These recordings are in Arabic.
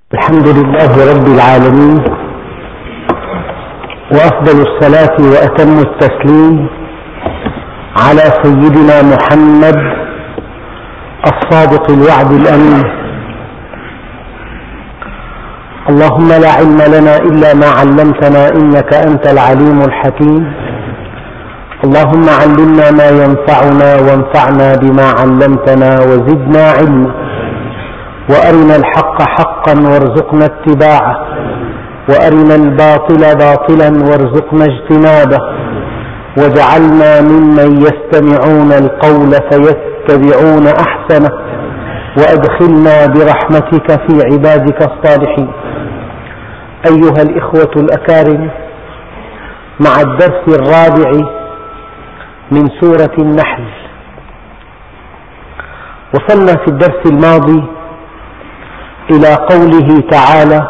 الحمد لله رب العالمين، وأفضل الصلاة وأتم التسليم على سيدنا محمد الصادق الوعد الأمين. اللهم لا علم لنا إلا ما علمتنا إنك أنت العليم الحكيم. اللهم علمنا ما ينفعنا وانفعنا بما علمتنا وزدنا علما، وأرنا الحق حقا وارزقنا اتباعه، وأرنا الباطل باطلا وارزقنا اجتنابه، واجعلنا ممن يستمعون القول فيتبعون أحسنه، وأدخلنا برحمتك في عبادك الصالحين. أيها الإخوة الأكارم، مع الدرس الرابع من سورة النحل. وصلنا في الدرس الماضي إلى قوله تعالى: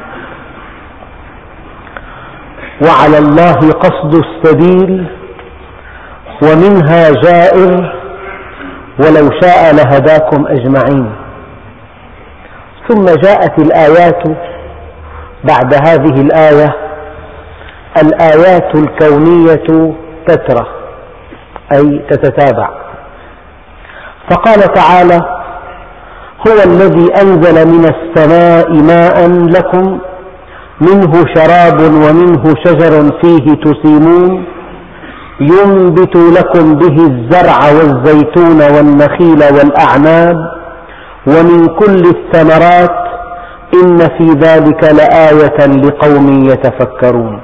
وعلى الله قصد السبيل ومنها جائر ولو شاء لهداكم أجمعين. ثم جاءت الآيات بعد هذه الآية، الآيات الكونية تترى أي تتتابع. فقال تعالى: هو الذي أنزل من السماء ماء لكم منه شراب ومنه شجر فيه تسيمون ينبت لكم به الزرع والزيتون والنخيل والأعناب ومن كل الثمرات إن في ذلك لآية لقوم يتفكرون.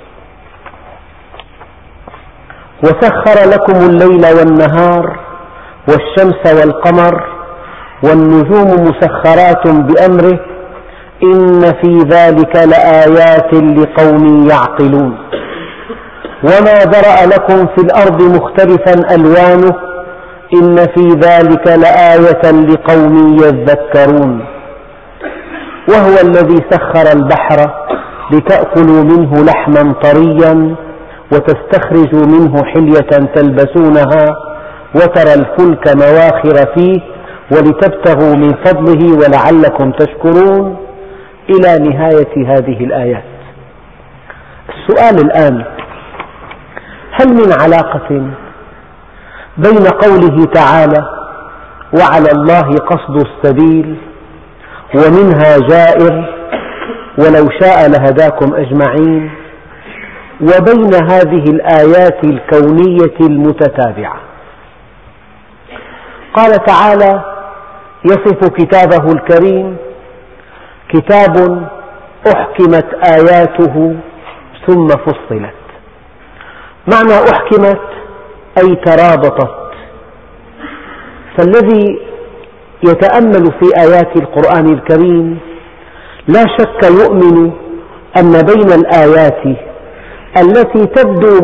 وسخر لكم الليل والنهار والشمس والقمر والنجوم مسخرات بأمره إن في ذلك لآيات لقوم يعقلون. وما ذرأ لكم في الأرض مختلفا ألوانه إن في ذلك لآية لقوم يذكرون. وهو الذي سخر البحر لتأكلوا منه لحما طريا وتستخرجوا منه حلية تلبسونها وترى الفلك مواخر فيه ولتبتغوا من فضله ولعلكم تشكرون، إلى نهاية هذه الآيات. السؤال الآن: هل من علاقة بين قوله تعالى وعلى الله قصد السبيل ومنها جائر ولو شاء لهداكم أجمعين وبين هذه الآيات الكونية المتتابعة؟ قال تعالى يصف كتابه الكريم: كتاب أحكمت آياته ثم فصلت. معنى أحكمت أي ترابطت. فالذي يتأمل في آيات القرآن الكريم لا شك يؤمن أن بين الآيات التي تبدو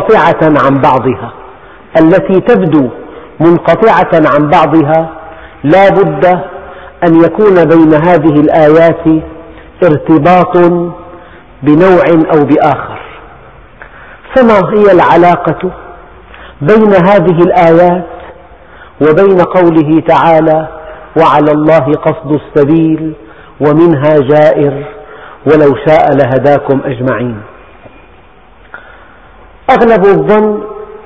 منقطعة عن بعضها لا بد أن يكون بين هذه الآيات ارتباط بنوع أو بآخر. فما هي العلاقة بين هذه الآيات وبين قوله تعالى وعلى الله قصد السبيل ومنها جائر ولو شاء لهداكم أجمعين؟ أغلب الظن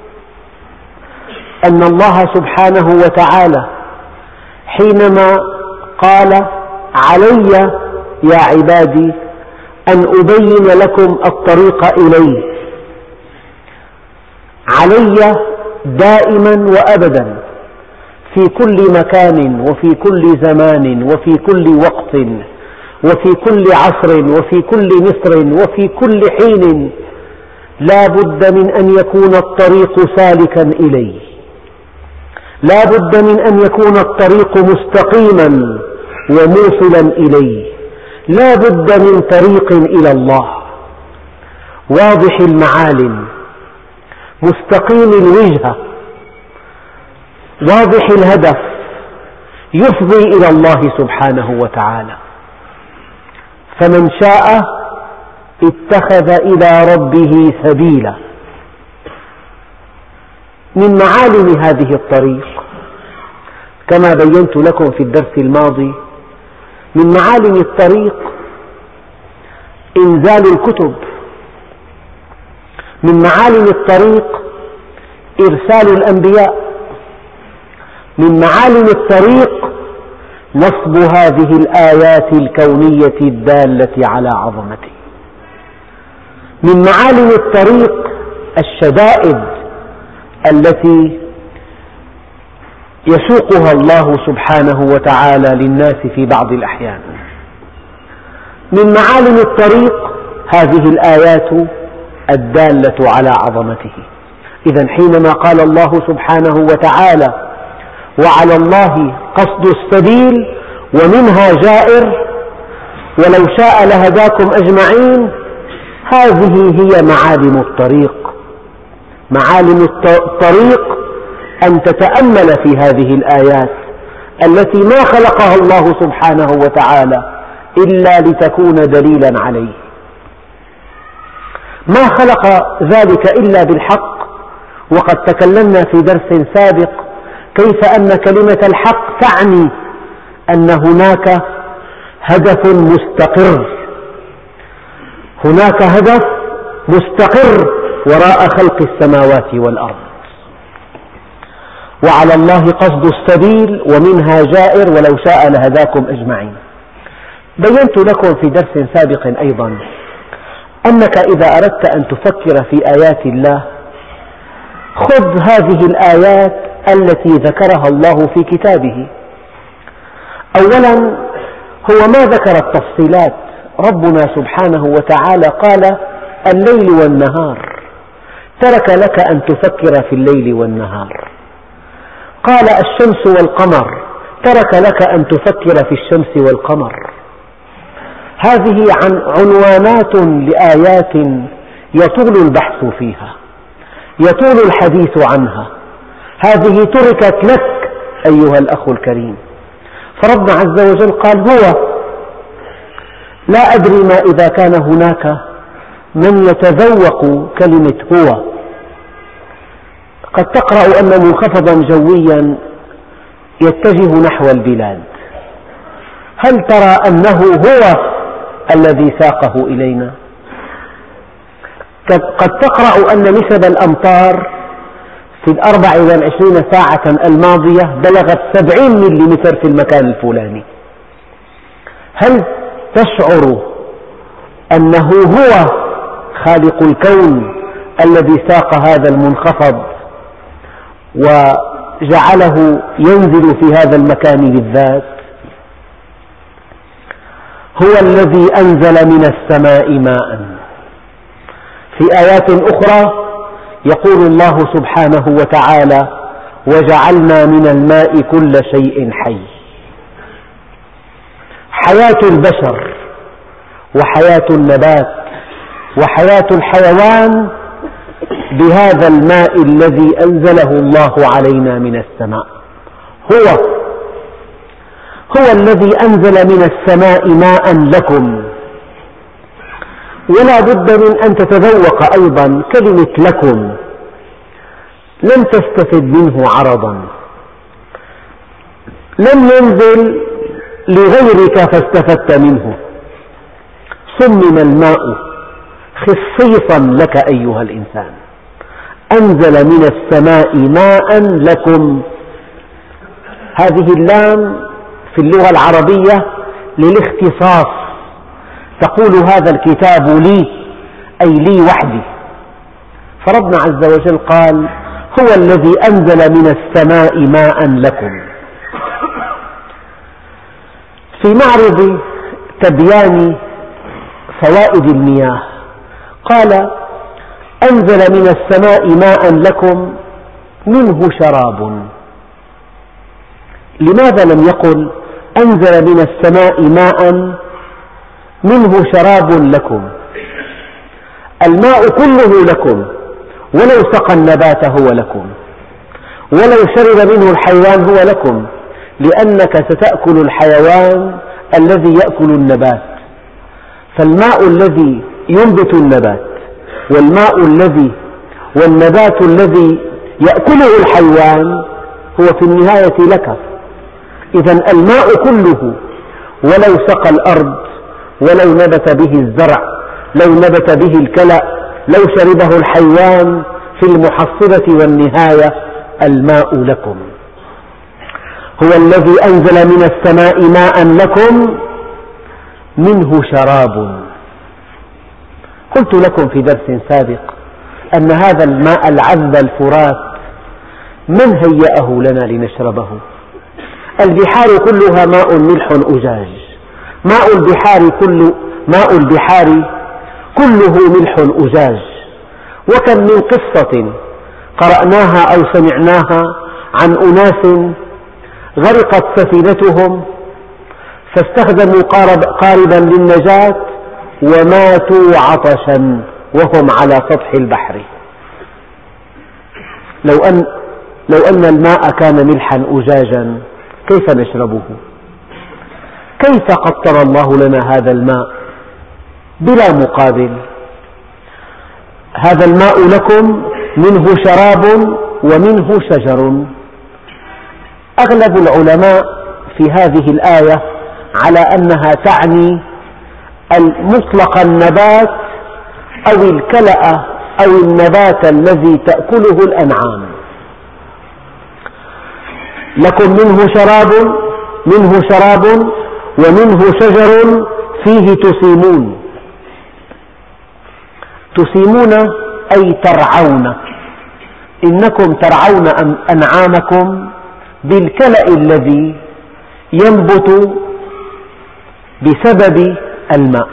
أن الله سبحانه وتعالى حينما قال علي يا عبادي أن أبين لكم الطريق إليه، علي دائما وأبدا في كل مكان وفي كل زمان وفي كل وقت وفي كل عصر وفي كل مصر وفي كل حين لا بد من أن يكون الطريق سالكا إليه، لا بد من أن يكون الطريق مستقيما وموصلا إليه، لا بد من طريق إلى الله واضح المعالم مستقيم الوجهة واضح الهدف يفضي إلى الله سبحانه وتعالى. فمن شاء اتخذ إلى ربه سبيلا. من معالم هذه الطريق كما بينت لكم في الدرس الماضي من معالم الطريق إنزال الكتب، من معالم الطريق إرسال الأنبياء، من معالم الطريق نصب هذه الآيات الكونية الدالة على عظمته، من معالم الطريق الشدائد التي يسوقها الله سبحانه وتعالى للناس في بعض الأحيان، من معالم الطريق هذه الآيات الدالة على عظمته. إذن حينما قال الله سبحانه وتعالى وعلى الله قصد السبيل ومنها جائر ولو شاء لهداكم أجمعين، هذه هي معالم الطريق. معالم الطريق أن تتأمل في هذه الآيات التي ما خلقها الله سبحانه وتعالى إلا لتكون دليلا عليه، ما خلق ذلك إلا بالحق. وقد تكلمنا في درس سابق كيف أن كلمة الحق تعني أن هناك هدف مستقر، هناك هدف مستقر وراء خلق السماوات والأرض. وعلى الله قصد السبيل ومنها جائر ولو شاء لهداكم أجمعين. بينت لكم في درس سابق أيضا أنك إذا أردت أن تفكر في آيات الله خذ هذه الآيات التي ذكرها الله في كتابه. أولا هو ما ذكر التفصيلات، ربنا سبحانه وتعالى قال الليل والنهار، ترك لك أن تفكر في الليل والنهار. قال الشمس والقمر، ترك لك أن تفكر في الشمس والقمر. هذه عنوانات لآيات يطول البحث فيها، يطول الحديث عنها، هذه تركت لك أيها الأخ الكريم. فربنا عز وجل قال هو، لا أدري ما إذا كان هناك من يتذوق كلمة هو. قد تقرأ أن منخفضا جويا يتجه نحو البلاد، هل ترى أنه هو الذي ساقه إلينا؟ قد تقرأ أن نسب الأمطار في 24 ساعة الماضية بلغت 70 ملم في المكان الفلاني. هل تشعر أنه هو خالق الكون الذي ساق هذا المنخفض وجعله ينزل في هذا المكان بالذات؟ هو الذي أنزل من السماء ماء. في آيات أخرى يقول الله سبحانه وتعالى وجعلنا من الماء كل شيء حي. حياة البشر وحياة النبات وحياة الحيوان بهذا الماء الذي أنزله الله علينا من السماء. هو الذي أنزل من السماء ماء لكم. ولا بد من أن تتذوق أيضا كلمة لكم، لم تستفد منه عرضا، لم ينزل لغيرك فاستفدت منه. صمم الماء خصيصا لك أيها الإنسان، أنزل من السماء ماء لكم. هذه اللام في اللغة العربية للاختصاص، تقول هذا الكتاب لي، أي لي وحدي. فربنا عز وجل قال هو الذي أنزل من السماء ماء لكم. في معرض تبيان فوائد المياه قال أنزل من السماء ماء لكم منه شراب. لماذا لم يقل أنزل من السماء ماء منه شراب لكم؟ الماء كله لكم، ولو سقى النبات هو لكم، ولو شرب منه الحيوان هو لكم، لأنك ستأكل الحيوان الذي يأكل النبات. فالماء الذي ينبت النبات والنبات الذي يأكله الحيوان هو في النهاية لك. إذن الماء كله ولو سقى الأرض، ولو نبت به الزرع، لو نبت به الكلأ، لو شربه الحيوان، في المحصلة والنهاية الماء لكم. هو الذي أنزل من السماء ماء لكم منه شراب. قلت لكم في درس سابق أن هذا الماء العذب الفرات من هيأه لنا لنشربه؟ البحار كلها ماء ملح أجاج، ماء البحار كله ملح أجاج. وكم من قصة قرأناها أو سمعناها عن أناس غرقت سفينتهم فاستخدموا قاربا للنجاة وماتوا عطشا وهم على سطح البحر. لو أن الماء كان ملحا أجاجا كيف نشربه؟ كيف قطر الله لنا هذا الماء بلا مقابل؟ هذا الماء لكم منه شراب ومنه شجر. أغلب العلماء في هذه الآية على أنها تعني مطلق النبات أو الكلأ أو النبات الذي تأكله الأنعام. لكم منه شراب ومنه شجر فيه تسيمون. تسيمون أي ترعون، إنكم ترعون أنعامكم بالكلأ الذي ينبت بسبب الماء.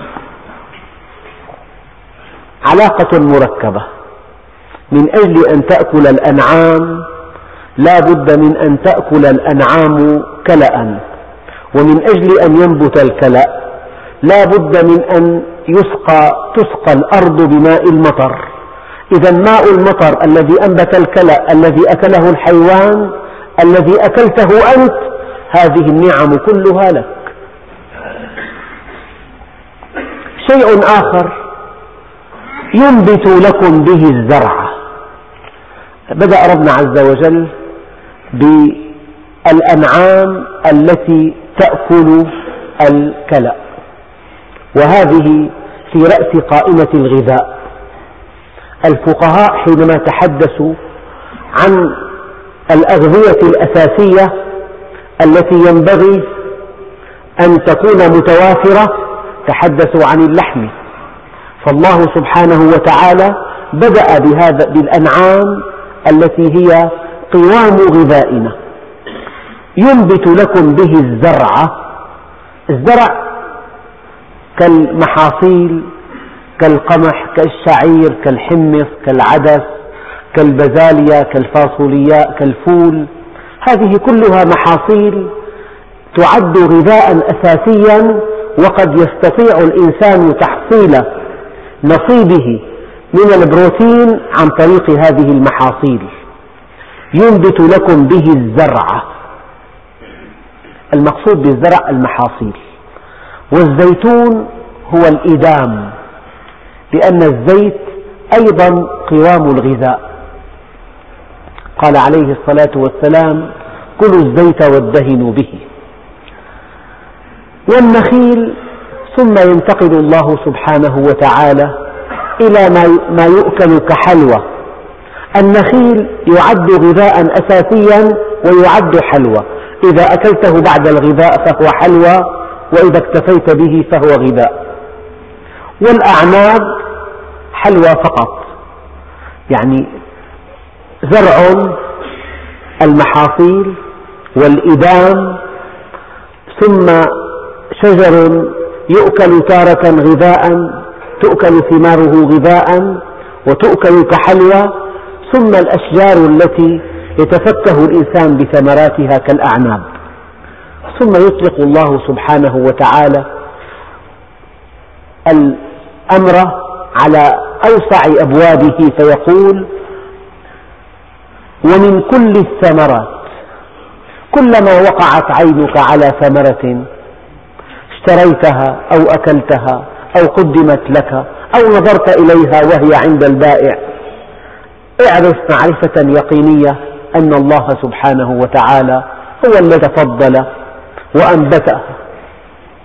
علاقة مركبة، من أجل أن تأكل الأنعام لا بد من أن تأكل الأنعام كلأ، ومن أجل أن ينبت الكلأ لا بد من أن تسقى الأرض بماء المطر. إذا ماء المطر الذي أنبت الكلأ الذي أكله الحيوان الذي أكلته أنت، هذه النعم كلها لك. شيء آخر ينبت لكم به الزرع. بدأ ربنا عز وجل بالأنعام التي تأكل الكلأ، وهذه في رأس قائمة الغذاء. الفقهاء حينما تحدثوا عن الأغذية الأساسية التي ينبغي أن تكون متوافرة تحدثوا عن اللحم، فالله سبحانه وتعالى بدأ بالأنعام التي هي قوام غذائنا. ينبت لكم به الزرع. الزرع كالمحاصيل كالقمح كالشعير كالحمص كالعدس كالبزاليا كالفاصولياء كالفول، هذه كلها محاصيل تعد غذاء أساسيا، وقد يستطيع الإنسان تحصيل نصيبه من البروتين عن طريق هذه المحاصيل. ينبت لكم به الزرع. المقصود بالزرع المحاصيل. والزيتون هو الإدام، لأن الزيت أيضا قوام الغذاء. قال عليه الصلاة والسلام: كلوا الزيت وادهنوا به. والنخيل، ثم ينتقل الله سبحانه وتعالى إلى ما يؤكل كحلوى. النخيل يعد غذاء أساسيا ويعد حلوى، إذا أكلته بعد الغذاء فهو حلوى، وإذا اكتفيت به فهو غذاء. والأعناب حلوى فقط، يعني زرع المحاصيل والإدام، ثم شجر يؤكل تارة غذاء، تؤكل ثماره غذاء وتؤكل كحلوى، ثم الأشجار التي يتفكه الإنسان بثمراتها كالأعناب. ثم يطلق الله سبحانه وتعالى الأمر على أوسع أبوابه فيقول: ومن كل الثمرات. كلما وقعت عينك على ثمرة اشتريتها أو أكلتها أو قدمت لك أو نظرت إليها وهي عند البائع، اعرف معرفة يقينية أن الله سبحانه وتعالى هو الذي تفضل وأنبتها.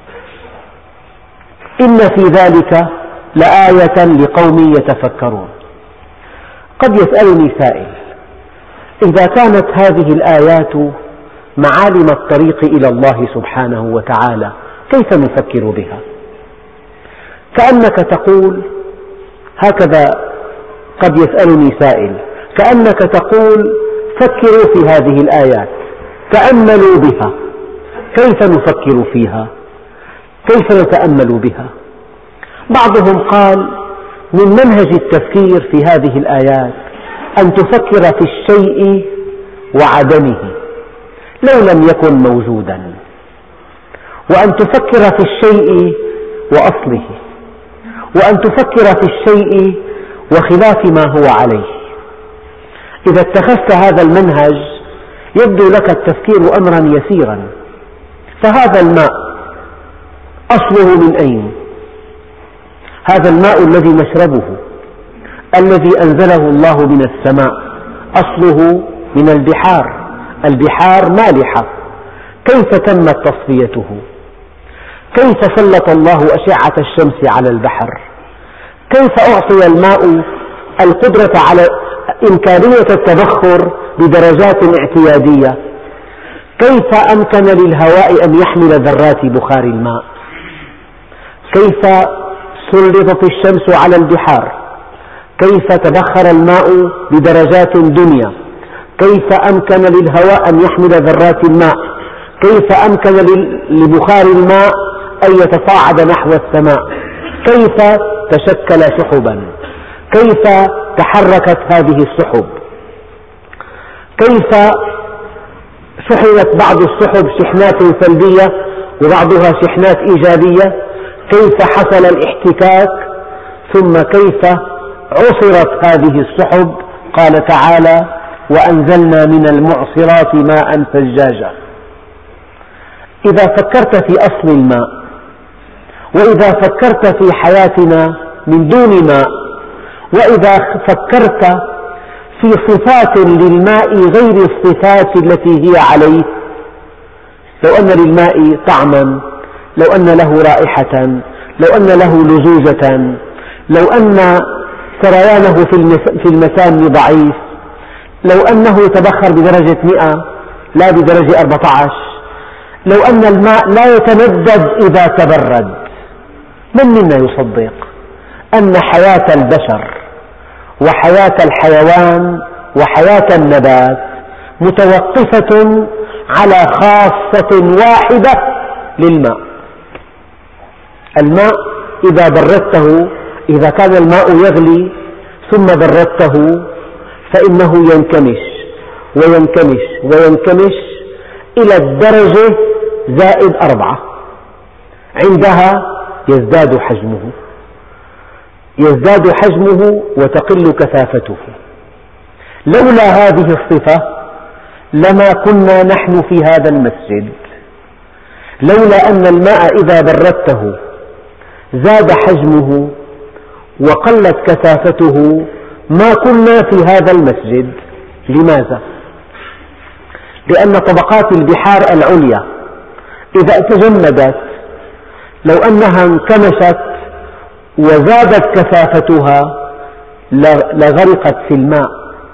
إن في ذلك لآية لقوم يتفكرون. قد يسألني سائل: إذا كانت هذه الآيات معالم الطريق إلى الله سبحانه وتعالى، كيف نفكر بها؟ كأنك تقول هكذا، قد يسألني سائل كأنك تقول: فكروا في هذه الآيات، تأملوا بها. كيف نفكر فيها؟ كيف نتأمل بها؟ بعضهم قال: من منهج التفكير في هذه الآيات أن تفكر في الشيء وعدمه لو لم يكن موجودا، وأن تفكر في الشيء وأصله، وأن تفكر في الشيء وخلاف ما هو عليه. إذا اتخذت هذا المنهج يبدو لك التفكير أمرا يسيرا. فهذا الماء أصله من أين؟ هذا الماء الذي نشربه الذي أنزله الله من السماء أصله من البحار. البحار مالحة، كيف تمت تصفيته؟ كيف سلط الله أشعة الشمس على البحر؟ كيف أعطي الماء القدرة على إمكانية التبخر بدرجات اعتيادية؟ كيف أمكن للهواء أن يحمل ذرات بخار الماء؟ كيف سلطت الشمس على البحار؟ كيف تبخر الماء بدرجات دنيا؟ كيف أمكن للهواء أن يحمل ذرات الماء؟ كيف أمكن لبخار الماء أن يتصاعد نحو السماء؟ كيف تشكل سحبا؟ كيف تحركت هذه السحب؟ كيف شحنت بعض السحب شحنات سلبية وبعضها شحنات إيجابية؟ كيف حصل الاحتكاك؟ ثم كيف عصرت هذه السحب؟ قال تعالى: وأنزلنا من المعصرات ماء ثجاجا. إذا فكرت في أصل الماء، وإذا فكرت في حياتنا من دون ماء، وإذا فكرت في صفات للماء غير الصفات التي هي عليه، لو أن للماء طعما، لو أن له رائحة، لو أن له لزوجة، لو أن سريانه في المسام ضعيف، لو أنه يتبخر بدرجة 100 لا بدرجة 14، لو أن الماء لا يتمدد إذا تبرد، من منا يصدق أن حياة البشر وحياة الحيوان وحياة النبات متوقفة على خاصة واحدة للماء؟ الماء إذا بردته، إذا كان الماء يغلي ثم بردته فإنه ينكمش وينكمش وينكمش إلى الدرجة -4، عندها يزداد حجمه وتقل كثافته. لولا هذه الصفة لما كنا نحن في هذا المسجد. لولا أن الماء إذا بردته زاد حجمه وقلت كثافته ما كنا في هذا المسجد. لماذا؟ لأن طبقات البحار العليا إذا تجمدت، لو أنها انكمشت وزادت كثافتها لغرقت في الماء.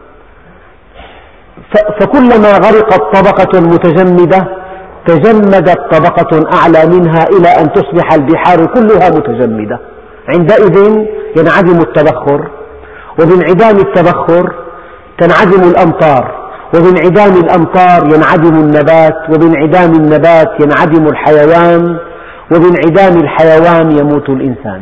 فكلما غرقت طبقة متجمدة تجمدت طبقة أعلى منها إلى أن تصبح البحار كلها متجمدة. عندئذ ينعدم التبخر، وبانعدام التبخر تنعدم الأمطار، وبانعدام الأمطار ينعدم النبات، وبانعدام النبات ينعدم الحيوان، وبانعدام الحيوان يموت الإنسان.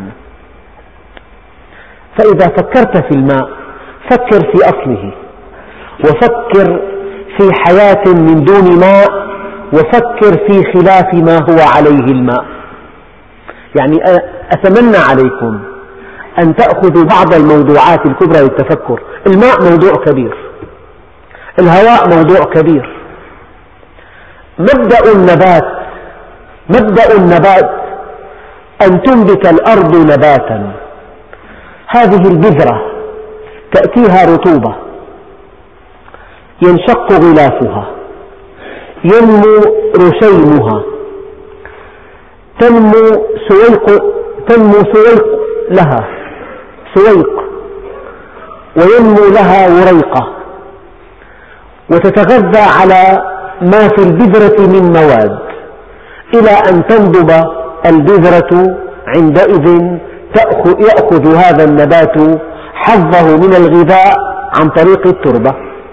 فإذا فكرت في الماء فكر في أصله، وفكر في حياة من دون ماء، وفكر في خلاف ما هو عليه الماء. يعني أتمنى عليكم أن تأخذوا بعض الموضوعات الكبرى للتفكر. الماء موضوع كبير، الهواء موضوع كبير. مبدأ النبات أن تنبت الأرض نباتا. هذه البذرة تأتيها رطوبة، ينشق غلافها، ينمو رشيمها، تنمو سويق لها سويق، وينمو لها وريقة، وتتغذى على ما في البذرة من مواد، إلى أن تنضب البذرة. عندئذ يأخذ هذا النبات حظه من الغذاء عن طريق التربة.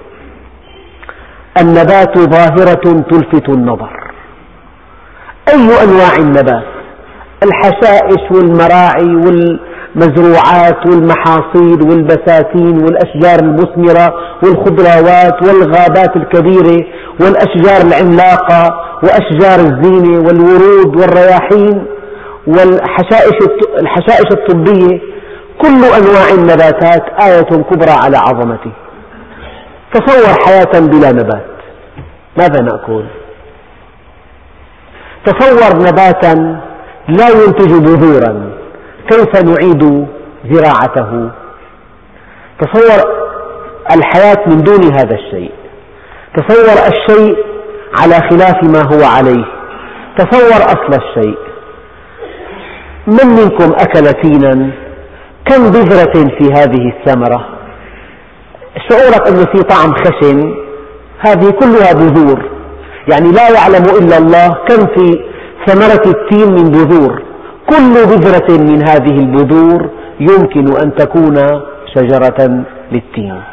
النبات ظاهرة تلفت النظر. أي أنواع النبات؟ الحشائش والمراعي والمزروعات والمحاصيل والبساتين والأشجار المثمرة والخضروات والغابات الكبيرة والأشجار العملاقة وأشجار الزينة والورود والرياحين والحشائش الطبية. كل أنواع النباتات آية كبرى على عظمته. تصور حياة بلا نبات، ماذا نأكل؟ تصور نباتا لا ينتج بذورا، كيف نعيد زراعته؟ تصور الحياة من دون هذا الشيء، تصور الشيء على خلاف ما هو عليه، تصور أصل الشيء. من منكم أكل تينا؟ كم بذرة في هذه الثمرة؟ شعورك أنه في طعم خشن، هذه كلها بذور، يعني لا يعلم إلا الله كم في ثمرة التين من بذور. كل بذرة من هذه البذور يمكن أن تكون شجرة للتين.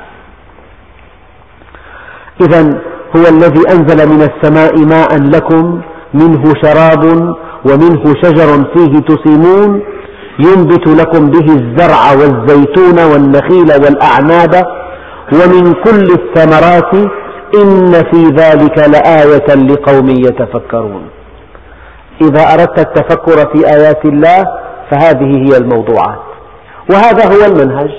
إذا هو الذي أنزل من السماء ماء لكم منه شراب ومنه شجر فيه تسيمون ينبت لكم به الزرع والزيتون والنخيل والأعناب ومن كل الثمرات إن في ذلك لآية لقوم يتفكرون. إذا أردت التفكر في آيات الله فهذه هي الموضوعات، وهذا هو المنهج.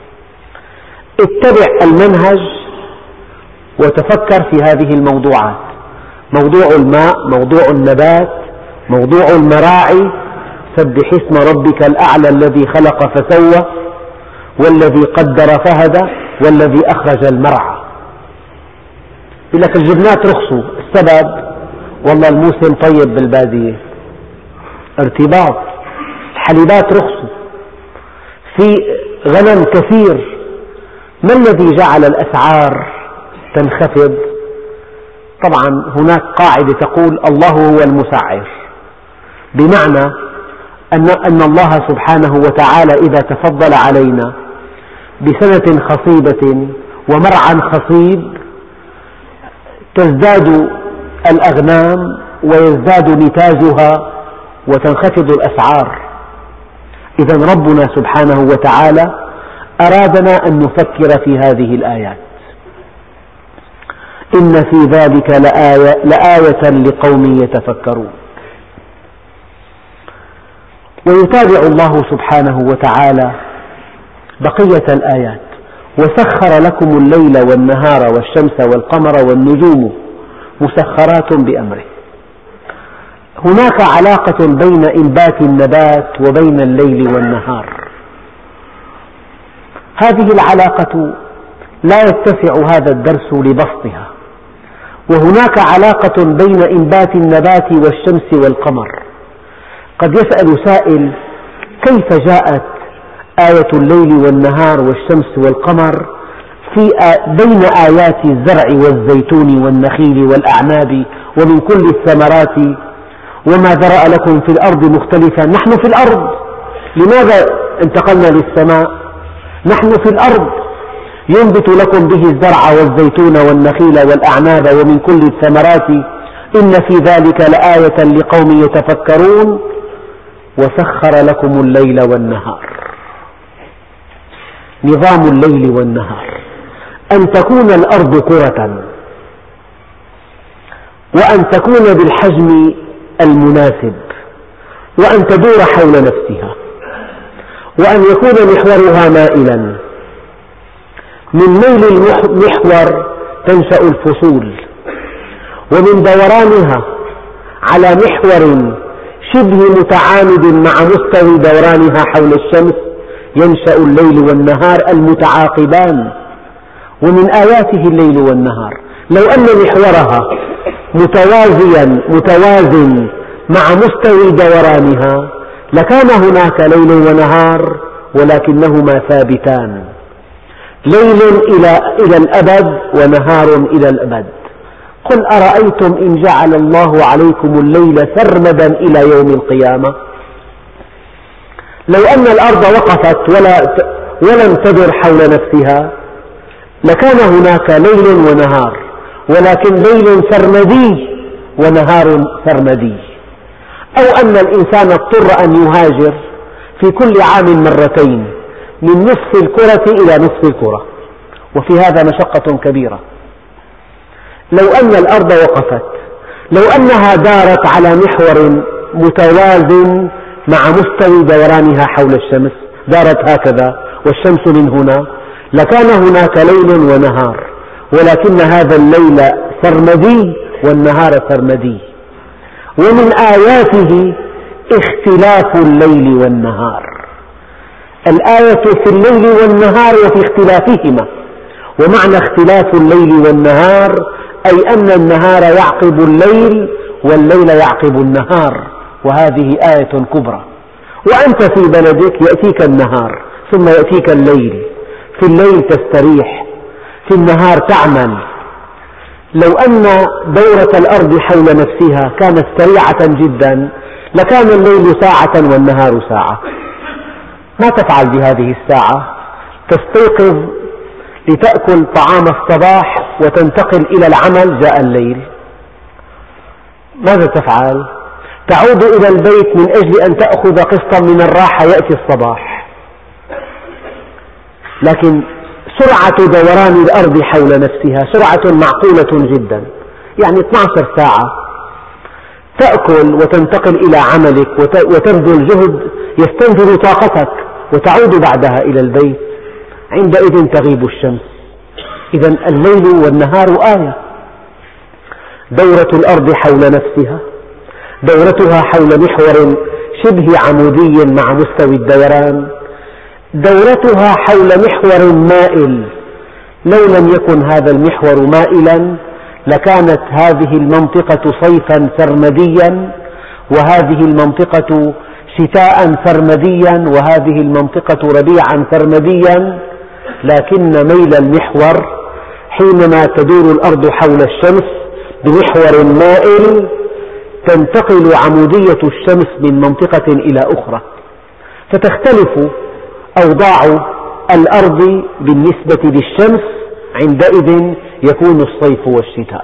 اتبع المنهج وتفكر في هذه الموضوعات: موضوع الماء، موضوع النبات، موضوع المراعي، سبح اسم ربك الأعلى الذي خلق فسوى والذي قدر فهدى والذي أخرج المرعى. يقول لك الجبنات رخصوا، السبب والله الموسم طيب بالبادية، ارتباط. الحليبات رخصوا، في غنم كثير. ما الذي جعل الأسعار تنخفض؟ طبعا هناك قاعدة تقول الله هو المسعر، بمعنى أن الله سبحانه وتعالى إذا تفضل علينا بسنة خصيبة ومرعى خصيب تزداد الأغنام ويزداد نتاجها وتنخفض الأسعار. إذا ربنا سبحانه وتعالى أرادنا أن نفكر في هذه الآيات. إن في ذلك لآية لقوم يتفكرون. ويتابع الله سبحانه وتعالى بقية الآيات: وسخر لكم الليل والنهار والشمس والقمر والنجوم مسخرات بأمره. هناك علاقة بين إنبات النبات وبين الليل والنهار. هذه العلاقة لا يتسع هذا الدرس لبسطها. وهناك علاقة بين إنبات النبات والشمس والقمر. قد يسأل سائل: كيف جاءت آية الليل والنهار والشمس والقمر بين آيات الزرع والزيتون والنخيل والأعناب ومن كل الثمرات وما ذرأ لكم في الأرض مختلفا؟ نحن في الأرض، لماذا انتقلنا للسماء؟ نحن في الأرض، ينبت لكم به الزرع والزيتون والنخيل والأعناب ومن كل الثمرات إن في ذلك لآية لقوم يتفكرون. وسخر لكم الليل والنهار. نظام الليل والنهار أن تكون الأرض كرة، وأن تكون بالحجم المناسب، وأن تدور حول نفسها، وأن يكون محورها مائلا. من ميل المحور تنشأ الفصول، ومن دورانها على محور شبه متعامد مع مستوى دورانها حول الشمس ينشأ الليل والنهار المتعاقبان. ومن آياته الليل والنهار. لو أن محورها متوازن مع مستوى دورانها لكان هناك ليل ونهار ولكنهما ثابتان، ليل إلى الأبد ونهار إلى الأبد. قل أرأيتم إن جعل الله عليكم الليل سرمدا إلى يوم القيامة. لو أن الأرض وقفت ولم تدر حول نفسها لكان هناك ليل ونهار، ولكن ليل سرمدي ونهار سرمدي. أو أن الإنسان اضطر أن يهاجر في كل عام مرتين من نصف الكرة إلى نصف الكرة، وفي هذا مشقة كبيرة. لو أن الأرض وقفت، لو أنها دارت على محور متوازن مع مستوى دورانها حول الشمس، دارت هكذا والشمس من هنا، لكان هناك ليل ونهار، ولكن هذا الليل سرمدي والنهار سرمدي. ومن آياته اختلاف الليل والنهار. الآية في الليل والنهار وفي اختلافهما. ومعنى اختلاف الليل والنهار أي أن النهار يعقب الليل والليل يعقب النهار، وهذه آية كبرى. وأنت في بلدك يأتيك النهار ثم يأتيك الليل، في الليل تستريح، في النهار تعمل. لو أن دورة الأرض حول نفسها كانت سريعة جدا لكان الليل ساعة والنهار ساعة. ما تفعل بهذه الساعة؟ تستيقظ لتأكل طعام الصباح وتنتقل إلى العمل، جاء الليل. ماذا تفعل؟ تعود إلى البيت من أجل أن تأخذ قسطا من الراحة، يأتي الصباح. لكن سرعة دوران الأرض حول نفسها سرعة معقولة جدا، يعني 12 ساعة تأكل وتنتقل إلى عملك وتبذل جهد يستنزف طاقتك وتعود بعدها إلى البيت، عندئذ تغيب الشمس. إذا الليل والنهار آية. دورة الأرض حول نفسها، دورتها حول محور شبه عمودي مع مستوى الدوران، دورتها حول محور مائل. لو لم يكن هذا المحور مائلا لكانت هذه المنطقة صيفا سرمديا، وهذه المنطقة شتاء سرمديا، وهذه المنطقة ربيعا سرمديا. لكن ميل المحور حينما تدور الأرض حول الشمس بمحور مائل تنتقل عمودية الشمس من منطقة إلى أخرى، فتختلف أوضاع الأرض بالنسبة للشمس، عندئذ يكون الصيف والشتاء.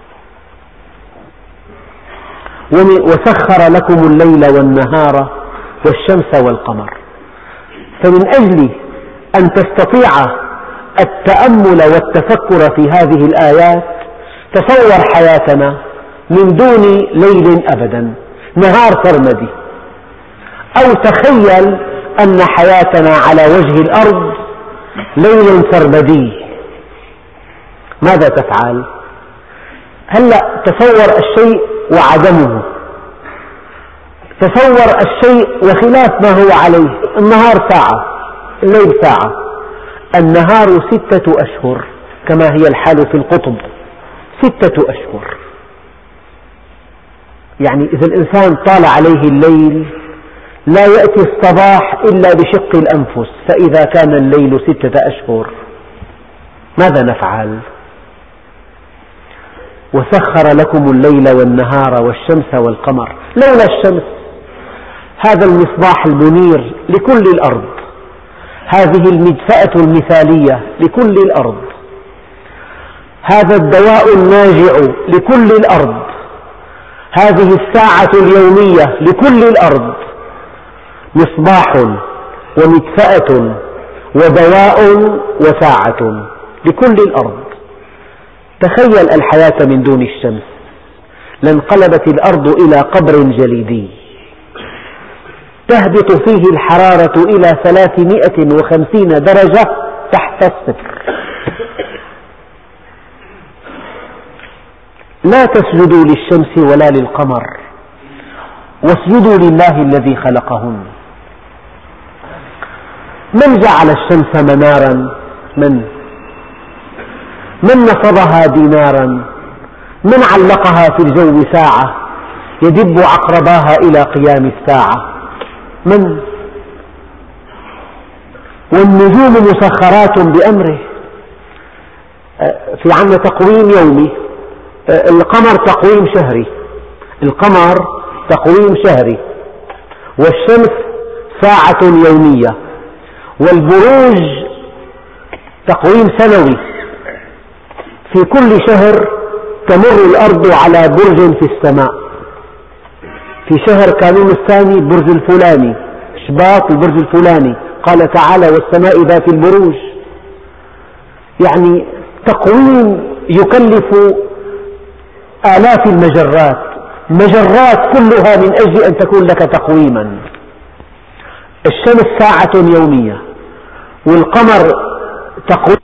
وسخر لكم الليل والنهار والشمس والقمر. فمن أجل أن تستطيع التأمل والتفكر في هذه الآيات تصور حياتنا من دون ليل أبدا، نهار سرمدي، أو تخيل أن حياتنا على وجه الأرض ليل سرمدي، ماذا تفعل؟ هلأ تصور الشيء وعدمه، تصور الشيء وخلاف ما هو عليه. النهار ساعة، الليل ساعة. النهار 6 أشهر كما هي الحال في القطب، 6 أشهر. يعني إذا الإنسان طال عليه الليل لا يأتي الصباح إلا بشق الأنفس، فإذا كان الليل 6 أشهر ماذا نفعل؟ وسخر لكم الليل والنهار والشمس والقمر. لولا الشمس، هذا المصباح المنير لكل الأرض، هذه المدفأة المثالية لكل الأرض، هذا الدواء الناجع لكل الأرض، هذه الساعة اليومية لكل الأرض، مصباح ومدفأة ودواء وساعة لكل الأرض. تخيل الحياة من دون الشمس، لانقلبت الأرض إلى قبر جليدي تهبط فيه الحرارة إلى 350 درجة تحت الصفر. لا تسجدوا للشمس ولا للقمر واسجدوا لله الذي خلقهن. من جعل الشمس منارا؟ من نصبها دينارا؟ من علقها في الجو ساعة يدب عقرباها إلى قيام الساعة؟ من؟ والنجوم مسخرات بأمره. في عندنا تقويم يومي، القمر تقويم شهري، القمر تقويم شهري، والشمس ساعة يومية، والبروج تقويم سنوي. في كل شهر تمر الأرض على برج في السماء. في شهر كانون الثاني برج الفلاني، شباط البرج الفلاني، قال تعالى والسماء ذات البروج. يعني تقويم يكلف آلاف المجرات، مجرات كلها من أجل أن تكون لك تقويما. الشمس ساعة يومية، والقمر تقويم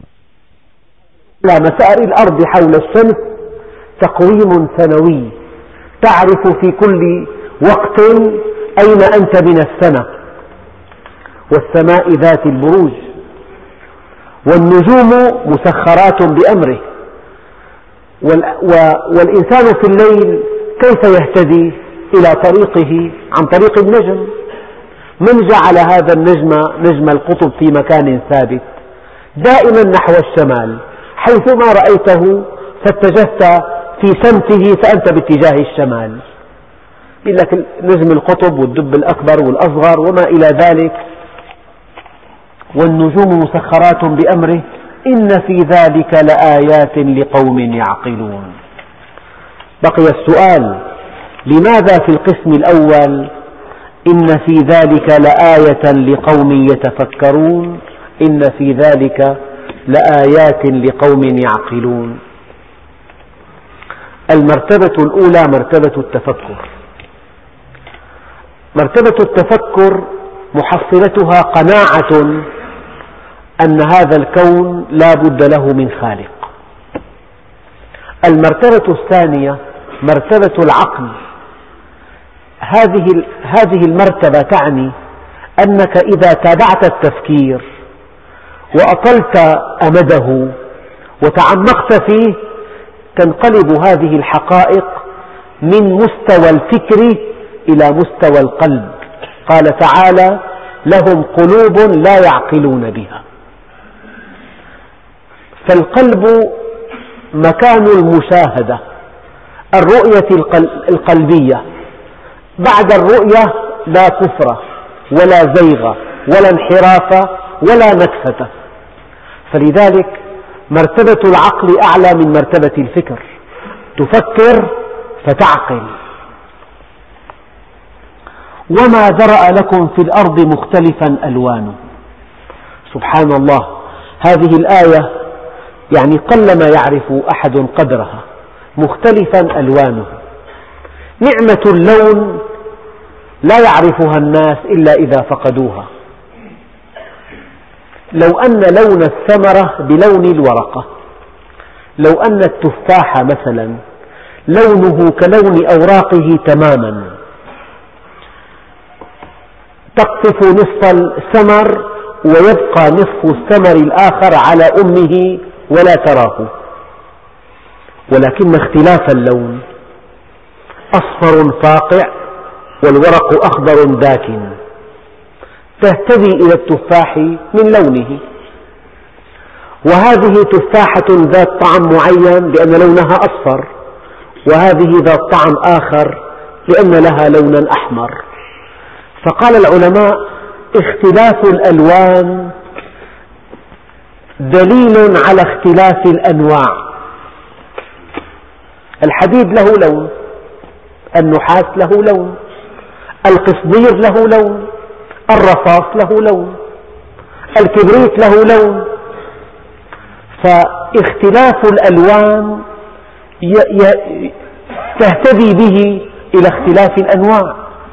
على مسار الأرض حول الشمس تقويم سنوي، تعرف في كل وقت أين أنت من السنة. والسماء ذات البروج، والنجوم مسخرات بأمره. والإنسان في الليل كيف يهتدي إلى طريقه؟ عن طريق النجم. من جعل هذا النجم نجم القطب في مكان ثابت دائما نحو الشمال، حيثما رأيته فاتجهت في سمته فأنت باتجاه الشمال. يقول لك نجم القطب والدب الأكبر والأصغر وما إلى ذلك. والنجوم مسخرات بأمره إن في ذلك لآيات لقوم يعقلون. بقي السؤال: لماذا في القسم الأول إن في ذلك لآية لقوم يتفكرون، إن في ذلك لآيات لقوم يعقلون؟ المرتبة الأولى مرتبة التفكر. مرتبة التفكر محصلتها قناعة أن هذا الكون لا بد له من خالق. المرتبة الثانية مرتبة العقل. هذه المرتبة تعني أنك إذا تابعت التفكير وأطلت أمده وتعمقت فيه تنقلب هذه الحقائق من مستوى الفكر إلى مستوى القلب. قال تعالى: لهم قلوب لا يعقلون بها. فالقلب مكان المشاهدة، الرؤية القلبية. بعد الرؤية لا كفر ولا زيغ ولا انحراف ولا نكسة. فلذلك مرتبة العقل أعلى من مرتبة الفكر، تفكر فتعقل. وما ذرأ لكم في الأرض مختلفا ألوانه. سبحان الله، هذه الآية يعني قلما يعرف أحد قدرها. مختلفا ألوانه، نعمة اللون لا يعرفها الناس إلا إذا فقدوها. لو أن لون الثمرة بلون الورقة، لو أن التفاح مثلا لونه كلون أوراقه تماما، تقطف نصف الثمر ويبقى نصف الثمر الآخر على أمه ولا تراه، ولكن اختلاف اللون، أصفر فاقع والورق أخضر داكن، تهتدي إلى التفاح من لونه. وهذه تفاحة ذات طعم معين لأن لونها أصفر، وهذه ذات طعم آخر لأن لها لونا أحمر. فقال العلماء: اختلاف الألوان دليل على اختلاف الأنواع. الحديد له لون، النحاس له لون، القصدير له لون، الرصاص له لون، الكبريت له لون. فاختلاف الألوان تهتدي به إلى اختلاف الأنواع.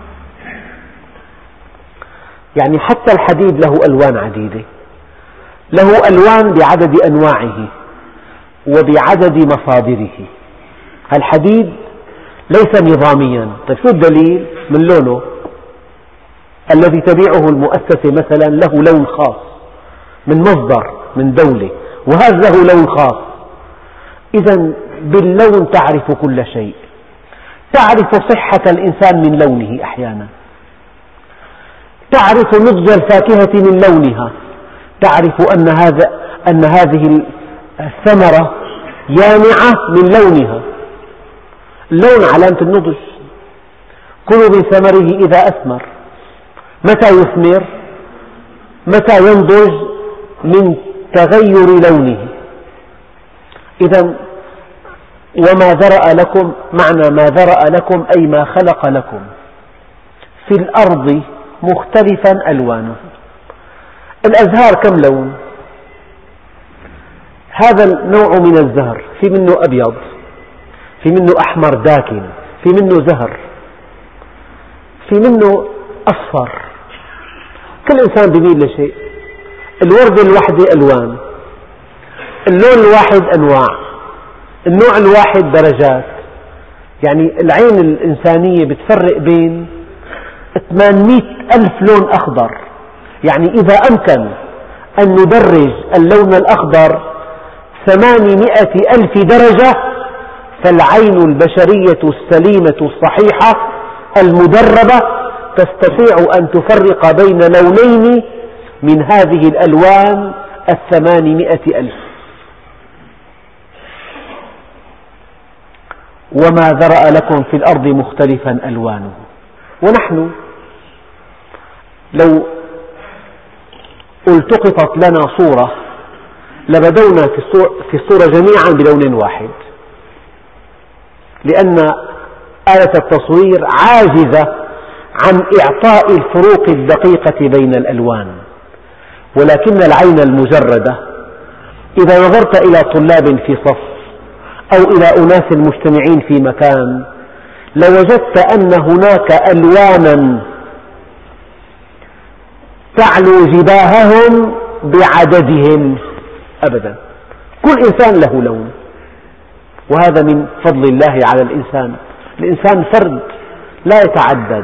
يعني حتى الحديد له ألوان عديدة، له ألوان بعدد أنواعه وبعدد مصادره. الحديد ليس نظاميا. طيب شو الدليل؟ من لونه. الذي تبيعه المؤسسة مثلا له لون خاص من مصدر من دولة، وهذا له لون خاص. إذا باللون تعرف كل شيء، تعرف صحة الإنسان من لونه. أحيانا تعرف نضج الفاكهة من لونها، تعرف أن هذه الثمرة يانعة من لونها. اللون علامة النضج. كلوا من ثمره إذا أثمر. متى يثمر؟ متى ينضج؟ من تغير لونه. إذا وما ذرأ لكم، معنى ما ذرأ لكم أي ما خلق لكم في الأرض مختلفا ألوانه. الأزهار كم لون؟ هذا النوع من الزهر في منه أبيض، في منه أحمر داكن، في منه زهر، في منه أصفر. كل إنسان بيميل لشيء. الوردة الواحدة ألوان، اللون الواحد أنواع، النوع الواحد درجات. يعني العين الإنسانية بتفرق بين 800 ألف لون أخضر. يعني إذا أمكن أن ندرج اللون الأخضر 800 ألف درجة، فالعين البشرية السليمة الصحيحة المدربة تستطيع أن تفرق بين لونين من هذه الألوان 800 ألف. وما ذرأ لكم في الأرض مختلفا ألوانه. ونحن لو التقطت لنا صورة لبدونا في الصورة جميعا بلون واحد، لأن آلة التصوير عاجزة عن إعطاء الفروق الدقيقة بين الألوان. ولكن العين المجردة إذا نظرت إلى طلاب في صف أو إلى أناس مجتمعين في مكان لوجدت أن هناك ألوانا تعلو جباههم بعددهم أبدا. كل إنسان له لون، وهذا من فضل الله على الإنسان. الإنسان فرد لا يتعدد.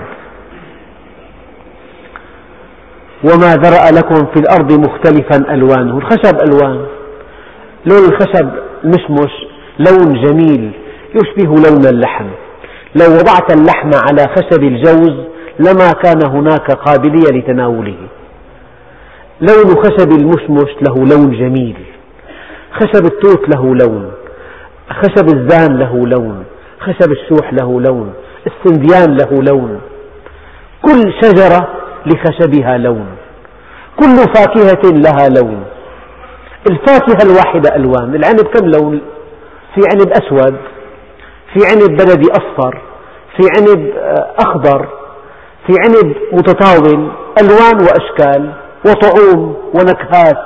وما ذرأ لكم في الأرض مختلفا ألوانه. الخشب ألوان، لون الخشب المشمش لون جميل يشبه لون اللحم. لو وضعت اللحم على خشب الجوز لما كان هناك قابلية لتناوله. لون خشب المشمش له لون جميل، خشب التوت له لون، خشب الزان له لون، خشب الشوح له لون، السنديان له لون. كل شجرة لخشبها لون، كل فاكهة لها لون. الفاكهة الواحدة ألوان. العنب كم لون؟ في عنب أسود، في عنب بلدي أصفر، في عنب أخضر، في عنب متطاول. ألوان وأشكال وطعوم ونكهات.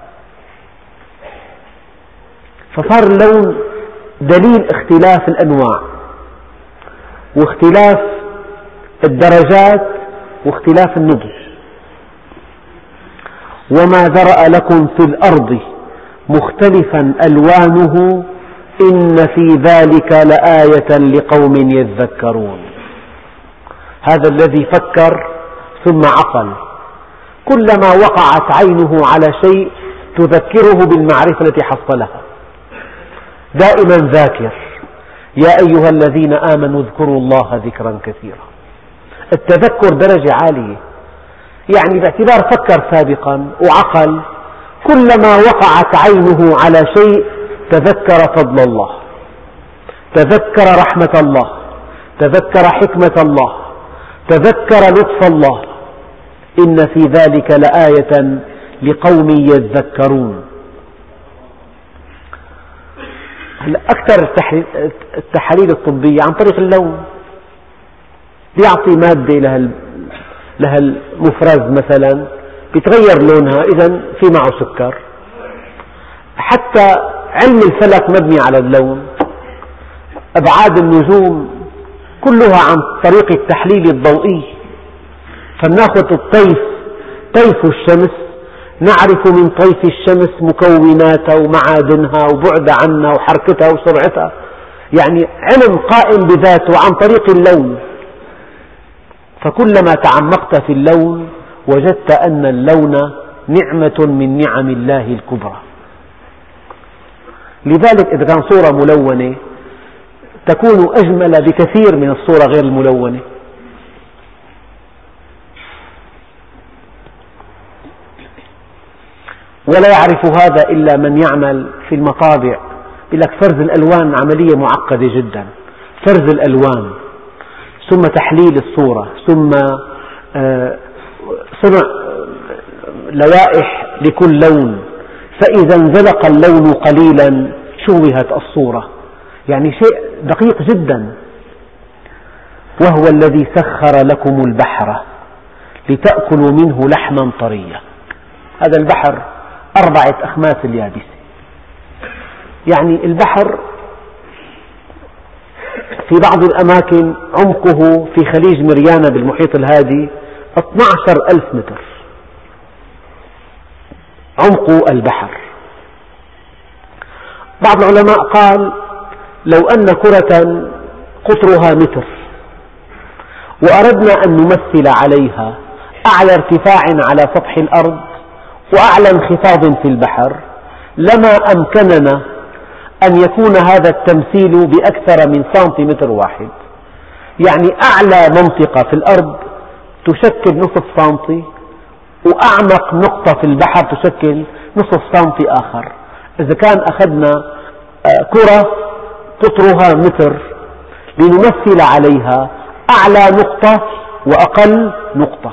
فصار اللون دليل اختلاف الأنواع واختلاف الدرجات واختلاف النضج. وما ذرأ لكم في الأرض مختلفا ألوانه إن في ذلك لآية لقوم يذكرون. هذا الذي فكر ثم عقل. كلما وقعت عينه على شيء تذكره بالمعرفة التي حصلها. دائما ذاكر. يا أيها الذين آمنوا اذكروا الله ذكرا كثيرا. التذكر درجة عالية، يعني باعتبار فكر سابقا وعقل. كلما وقعت عينه على شيء تذكر فضل الله، تذكر رحمة الله، تذكر حكمة الله، تذكر لطف الله. إن في ذلك لآية لقوم يذكرون. أكثر التحاليل الطبية عن طريق اللون. يعطي مادة لها المفرز مثلا يتغير لونها، إذا في معه سكر. حتى علم الفلك مبني على اللون. أبعاد النجوم كلها عن طريق التحليل الضوئي. فنأخذ الطيف، طيف الشمس، نعرف من طيف الشمس مكوناتها ومعادنها وبعد عنها وحركتها وسرعتها. يعني علم قائم بذاته عن طريق اللون. فكلما تعمقت في اللون وجدت أن اللون نعمة من نعم الله الكبرى. لذلك إذا كان صورة ملونة تكون أجمل بكثير من الصورة غير الملونة. ولا يعرف هذا إلا من يعمل في المطابع. يقول لك فرز الألوان عملية معقدة جدا، فرز الألوان ثم تحليل الصورة ثم صنع لوائح لكل لون، فإذا انزلق اللون قليلا شوهت الصورة، يعني شيء دقيق جدا. وهو الذي سخر لكم البحر لتأكلوا منه لحما طريا. هذا البحر 4 أخماس اليابسة، يعني البحر في بعض الأماكن عمقه في خليج مريانا بالمحيط الهادي 12,000 متر عمق البحر. بعض العلماء قال لو أن كرة قطرها متر وأردنا أن نمثل عليها أعلى ارتفاع على سطح الأرض وأعلى انخفاض في البحر، لما أمكننا أن يكون هذا التمثيل بأكثر من سنتيمتر واحد. يعني أعلى منطقة في الأرض تشكل نصف سنتي، وأعمق نقطة في البحر تشكل نصف سنتي آخر. إذا كان أخذنا كرة قطرها متر لنمثل عليها أعلى نقطة وأقل نقطة.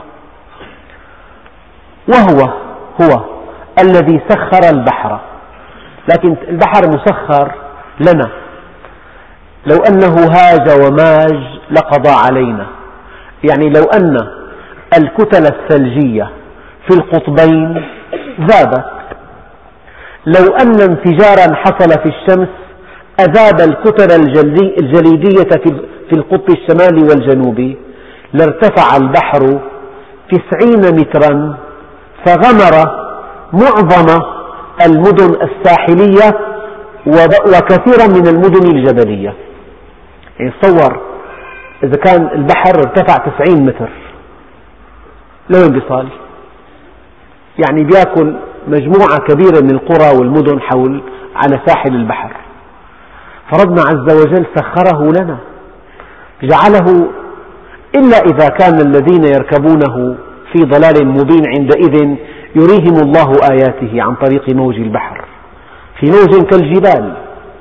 هو الذي سخر البحر، لكن البحر مسخر لنا. لو أنه هاج وماج لقضى علينا، يعني لو أن الكتل الثلجية في القطبين ذابت، لو أن انفجارا حصل في الشمس أذاب الكتل الجليدية في القطب الشمالي والجنوبي، لارتفع البحر 90 مترا فغمر معظم المدن الساحلية وكثيرا من المدن الجبلية. يعني تصور إذا كان البحر ارتفع 90 متر لوين بيصل؟ يعني بيأكل مجموعة كبيرة من القرى والمدن حول على ساحل البحر. فربنا عز وجل سخره لنا، جعله، إلا إذا كان الذين يركبونه في ضلال مبين عندئذ يريهم الله آياته عن طريق موج البحر، في موج كالجبال.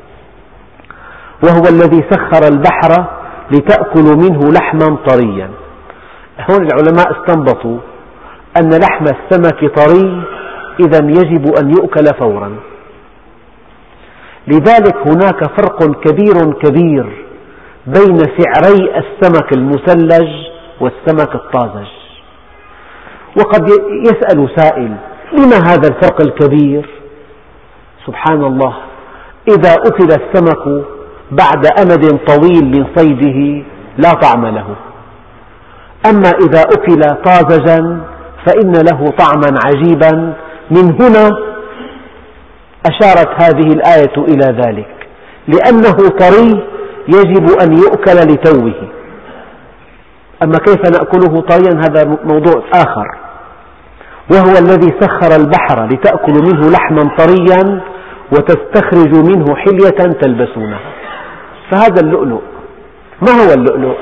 وهو الذي سخر البحر لتأكلوا منه لحما طريا. هون العلماء استنبطوا أن لحم السمك طري، إذا يجب أن يؤكل فورا. لذلك هناك فرق كبير بين سعري السمك المثلج والسمك الطازج. وقد يسأل سائل: لما هذا الفرق الكبير؟ سبحان الله، إذا أكل السمك بعد أمد طويل من صيده لا طعم له، أما إذا أكل طازجا فإن له طعما عجيبا. من هنا أشارت هذه الآية إلى ذلك، لأنه طري يجب أن يؤكل لتوه. أما كيف نأكله طريا هذا موضوع آخر. وهو الذي سخر البحر لتأكلوا منه لحما طريا وتستخرجوا منه حلية تلبسونها. فهذا اللؤلؤ. ما هو اللؤلؤ؟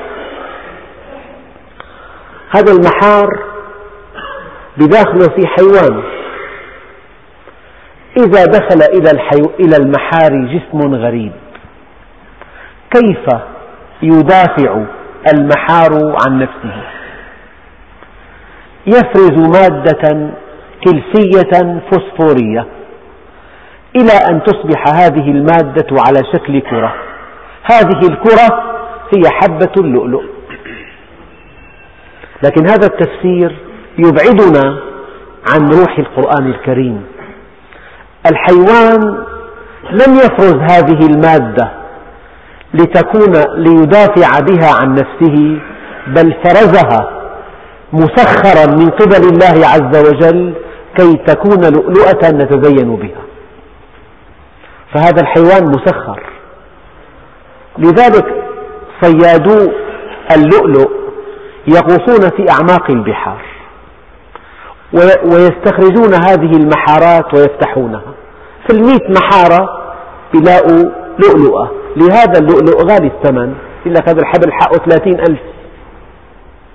هذا المحار بداخله في حيوان، إذا دخل إلى المحار جسم غريب، كيف يدافع المحار عن نفسه؟ يفرز مادة كلسية فوسفورية إلى أن تصبح هذه المادة على شكل كرة. هذه الكرة هي حبة اللؤلؤ. لكن هذا التفسير يبعدنا عن روح القرآن الكريم. الحيوان لم يفرز هذه المادة ليدافع بها عن نفسه، بل فرزها مسخرا من قبل الله عز وجل كي تكون لؤلؤة نتزين بها. فهذا الحيوان مسخر. لذلك صيادو اللؤلؤ يغوصون في أعماق البحار ويستخرجون هذه المحارات ويفتحونها. في 100 محارة يلاقوا لؤلؤة. لهذا اللؤلؤ غالي الثمن، يقول لك هذا الحبل حقه 30,000.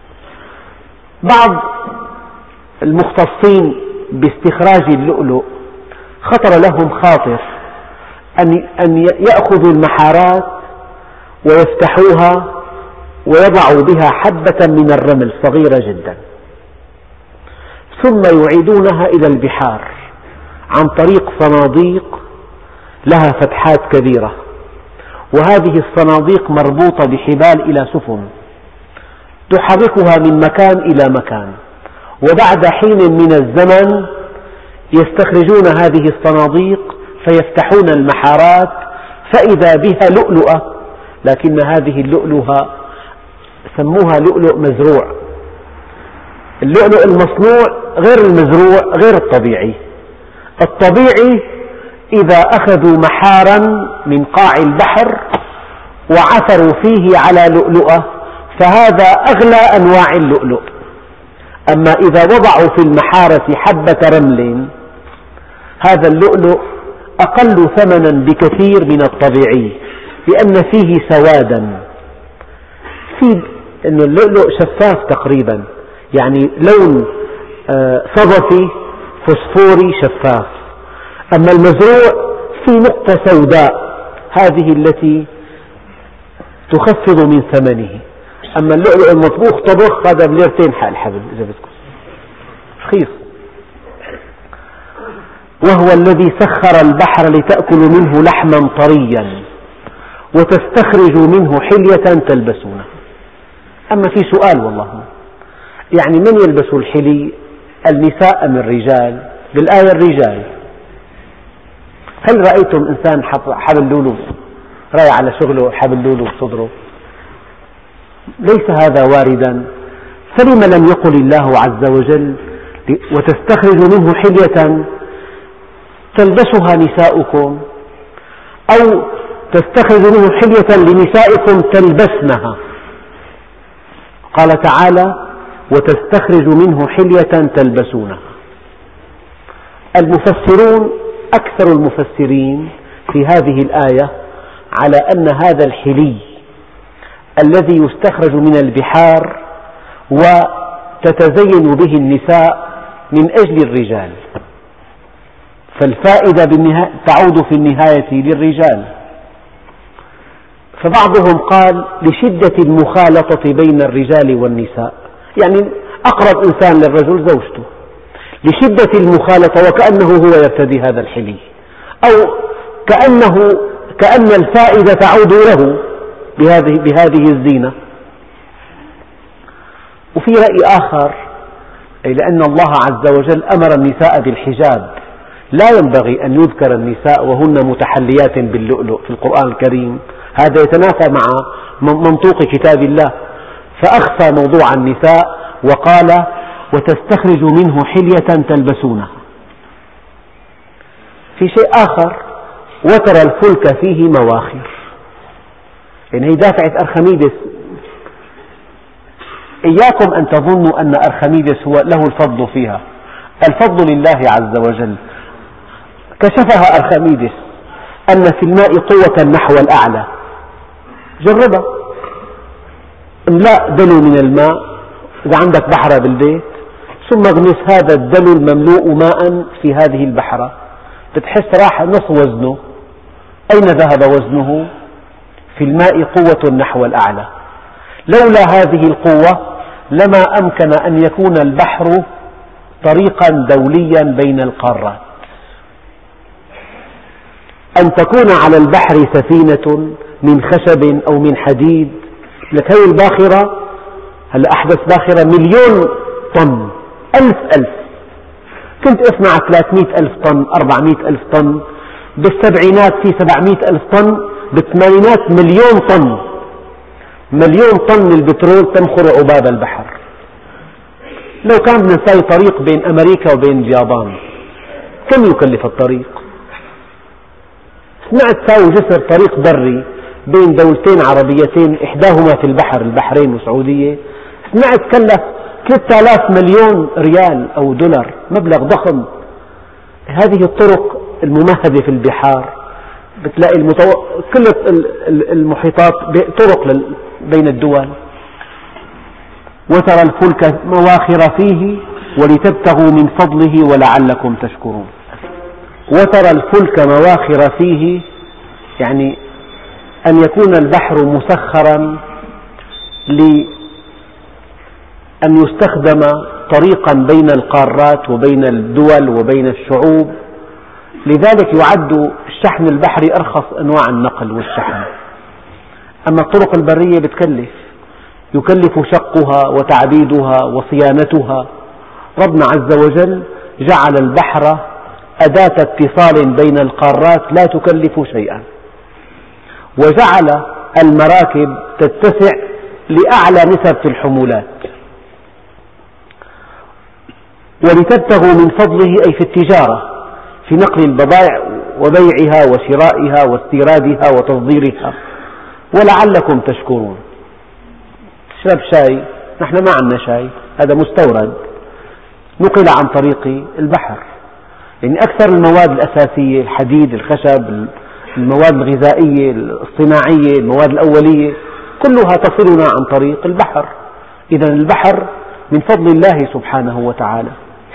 بعض المختصين باستخراج اللؤلؤ خطر لهم خاطر أن يأخذوا المحارات ويفتحوها ويضعوا بها حبة من الرمل صغيرة جدا، ثم يعيدونها إلى البحار عن طريق صناديق لها فتحات كبيرة، وهذه الصناديق مربوطة بحبال إلى سفن تحركها من مكان إلى مكان، وبعد حين من الزمن يستخرجون هذه الصناديق فيفتحون المحارات فإذا بها لؤلؤة، لكن هذه اللؤلؤة سموها لؤلؤ مزروع. اللؤلؤ المصنوع غير المزروع غير الطبيعي. الطبيعي إذا أخذوا محارا من قاع البحر وعثروا فيه على لؤلؤة فهذا أغلى أنواع اللؤلؤ، أما إذا وضعوا في المحارة حبة رمل هذا اللؤلؤ أقل ثمنا بكثير من الطبيعي، لأن فيه سوادا، أن اللؤلؤ شفاف تقريبا، يعني لون صدفي فسفوري شفاف، أما المزروع في نقطة سوداء هذه التي تخفض من ثمنه، أما اللؤلؤ المطبوخ طبخ هذا بليرتين حق الحبل إذا بدكم رخيص. وهو الذي سخر البحر لتأكلوا منه لحما طريا وتستخرجوا منه حلية تلبسونها. أما في سؤال والله، يعني من يلبس الحلي، النساء أم الرجال؟ بالآية الرجال. هل رأيتم إنسان حبل لولو رايح على شغله حبل لولو بصدره؟ ليس هذا واردا، فلم لم يقل الله عز وجل وتستخرج منه حلية تلبسها نساؤكم، أو تستخرج منه حلية لنسائكم تلبسنها؟ قال تعالى وتستخرج منه حلية تلبسونها. المفسرون أكثر المفسرين في هذه الآية على أن هذا الحلي الذي يستخرج من البحار وتتزين به النساء من أجل الرجال، فالفائدة تعود في النهاية للرجال. فبعضهم قال لشدة المخالطة بين الرجال والنساء، يعني أقرب إنسان للرجل زوجته، لشدة المخالطة وكأنه هو يرتدي هذا الحلي، أو كأن الفائدة تعود له بهذه الزينة. وفي رأي آخر، أي لأن الله عز وجل أمر النساء بالحجاب، لا ينبغي أن يذكر النساء وهن متحليات باللؤلؤ في القرآن الكريم، هذا يتنافى مع منطوق كتاب الله، فأخفى موضوع النساء وقال وتستخرج منه حلية تلبسونها. في شيء آخر، وترى الفلك فيه مواخر، يعني هي دافعة أرخميدس. إياكم أن تظنوا أن أرخميدس هو له الفضل فيها، الفضل لله عز وجل. كشفها أرخميدس أن في الماء قوة نحو الأعلى، جربها، املأ دلو من الماء إذا عندك بحرة بالبيت، ثم اغمس هذا الدلو المملوء ماء في هذه البحرة، بتحس راح نص وزنه. أين ذهب وزنه؟ في الماء قوة نحو الأعلى. لولا هذه القوة لما أمكن أن يكون البحر طريقا دوليا بين القارات. أن تكون على البحر سفينة من خشب أو من حديد، لك هذه الباخرة، هلا أحدث باخرة 1,000,000 طن، 1000,000، كنت أسمع 300,000 طن، 400,000 طن، بالسبعينات في 700,000 طن، بالثمانينات 1,000,000 طن. 1,000,000 طن البترول تمخر عباب البحر. لو كان بدنا نساوي طريق بين أمريكا وبين اليابان كم يكلف الطريق؟ سمعت ساوي جسر طريق بري بين دولتين عربيتين إحداهما في البحر، البحرين والسعودية، سمعت كلف 3,000 مليون ريال أو دولار، مبلغ ضخم. هذه الطرق الممهدة في البحار بتلاقي كل المحيطات طرق بين الدول. وترى الفلك مواخر فيه ولتبتغوا من فضله ولعلكم تشكرون. وترى الفلك مواخر فيه، يعني أن يكون البحر مسخرا لأن يستخدم طريقا بين القارات وبين الدول وبين الشعوب، لذلك يعد الشحن البحري أرخص أنواع النقل والشحن. أما الطرق البرية يكلف شقها وتعبيدها وصيانتها. ربنا عز وجل جعل البحر أداة اتصال بين القارات لا تكلف شيئا، وجعل المراكب تتسع لأعلى نسب في الحمولات، ولتبتغوا من فضله أي في التجارة، في نقل البضائع وبيعها وشرائها واستيرادها وتصديرها، ولعلكم تشكرون. تشرب شاي، نحن ما عندنا شاي، هذا مستورد نقل عن طريق البحر. يعني أكثر المواد الأساسية، الحديد، الخشب، المواد الغذائية، الصناعية، المواد الأولية، كلها تصلنا عن طريق البحر. إذا البحر من فضل الله سبحانه وتعالى.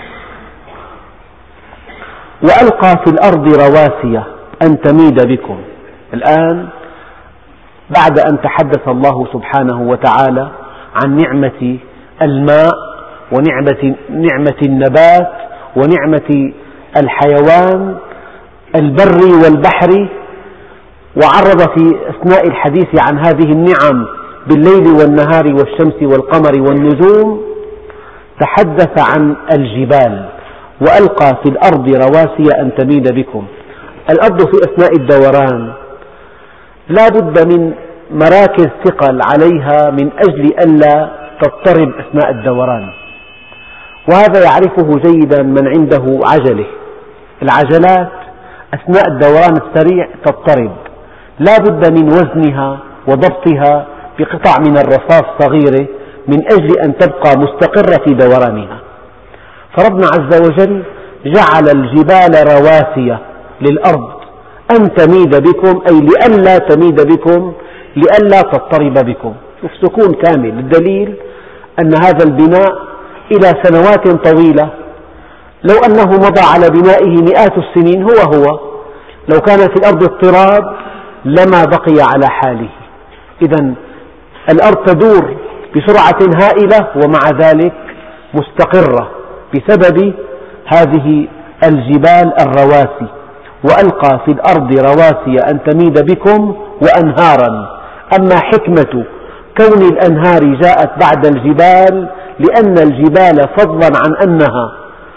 وألقى في الأرض رواسي أن تميد بكم. الآن بعد أن تحدث الله سبحانه وتعالى عن نعمة الماء ونعمة النبات ونعمة الحيوان البري والبحري، وعرض في أثناء الحديث عن هذه النعم بالليل والنهار والشمس والقمر والنجوم، تحدث عن الجبال. وألقى في الأرض رواسي أن تميد بكم. الأرض في أثناء الدوران لا بد من مراكز ثقل عليها من أجل ألا تضطرب أثناء الدوران، وهذا يعرفه جيدا من عنده عجلة. العجلات أثناء الدوران السريع تضطرب، لا بد من وزنها وضبطها بقطع من الرصاص صغيرة من أجل أن تبقى مستقرة في دورانها. فربنا عز وجل جعل الجبال رواسي للأرض أن تميد بكم، أي لئلا تميد بكم، لئلا تضطرب بكم. سكون كامل. الدليل أن هذا البناء إلى سنوات طويلة، لو أنه مضى على بنائه مئات السنين هو لو كان في الأرض اضطراب لما بقي على حاله. إذا الأرض تدور بسرعة هائلة ومع ذلك مستقرة بسبب هذه الجبال الرواسي. وألقى في الأرض رواسي أن تميد بكم وأنهارا. أما حكمة كون الأنهار جاءت بعد الجبال لأن الجبال فضلا عن أنها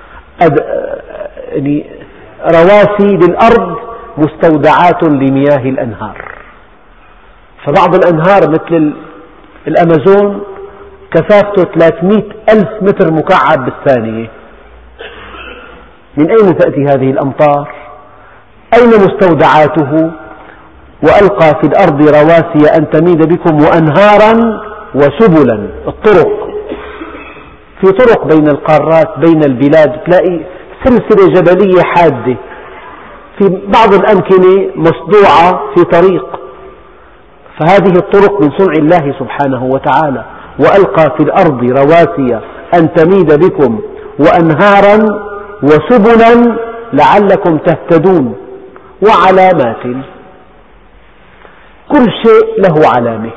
رواسي للأرض مستودعات لمياه الأنهار. فبعض الأنهار مثل الأمازون كثافته 300 ألف متر مكعب بالثانية. من أين تأتي هذه الأمطار؟ أين مستودعاته؟ وألقى في الأرض رواسي أن تميد بكم وأنهارا وسبلا. الطرق، في طرق بين القارات بين البلاد، تلاقي سلسلة جبلية حادة، في بعض الأمكنة مصدوعة في طريق، فهذه الطرق من صنع الله سبحانه وتعالى. وألقى في الأرض رواسي أن تميد بكم وأنهارا وسبلا لعلكم تهتدون وعلامات. كل شيء له علامة.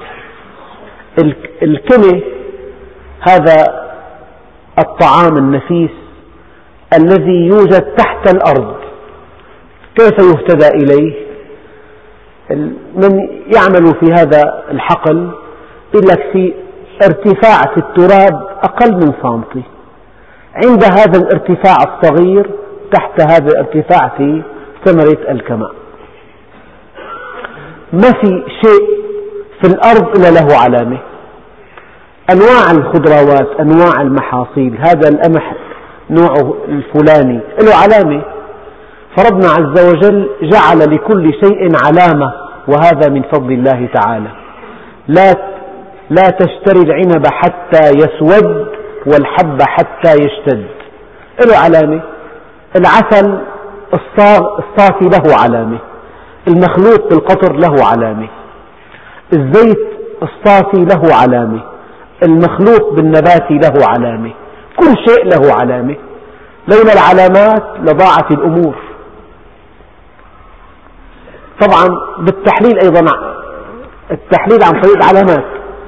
الكمة هذا الطعام النفيس الذي يوجد تحت الأرض، كيف يهتدى إليه؟ من يعمل في هذا الحقل يقول لك في ارتفاع في التراب أقل من سنتي، عند هذا الارتفاع الصغير تحت هذا الارتفاع في ثمرة الكماء. ما في شيء في الأرض إلا له علامة. أنواع الخضروات، أنواع المحاصيل، هذا القمح نوعه الفلاني له علامة. فربنا عز وجل جعل لكل شيء علامة، وهذا من فضل الله تعالى. لا تشتري العنب حتى يسود والحب حتى يشتد، له علامة. العسل الصافي له علامة، المخلوط بالقطر له علامة، الزيت الصافي له علامة، المخلوط بالنبات له علامة، كل شيء له علامة. لولا العلامات لضاعت الأمور. طبعا بالتحليل أيضا، التحليل عن طريق العلامات،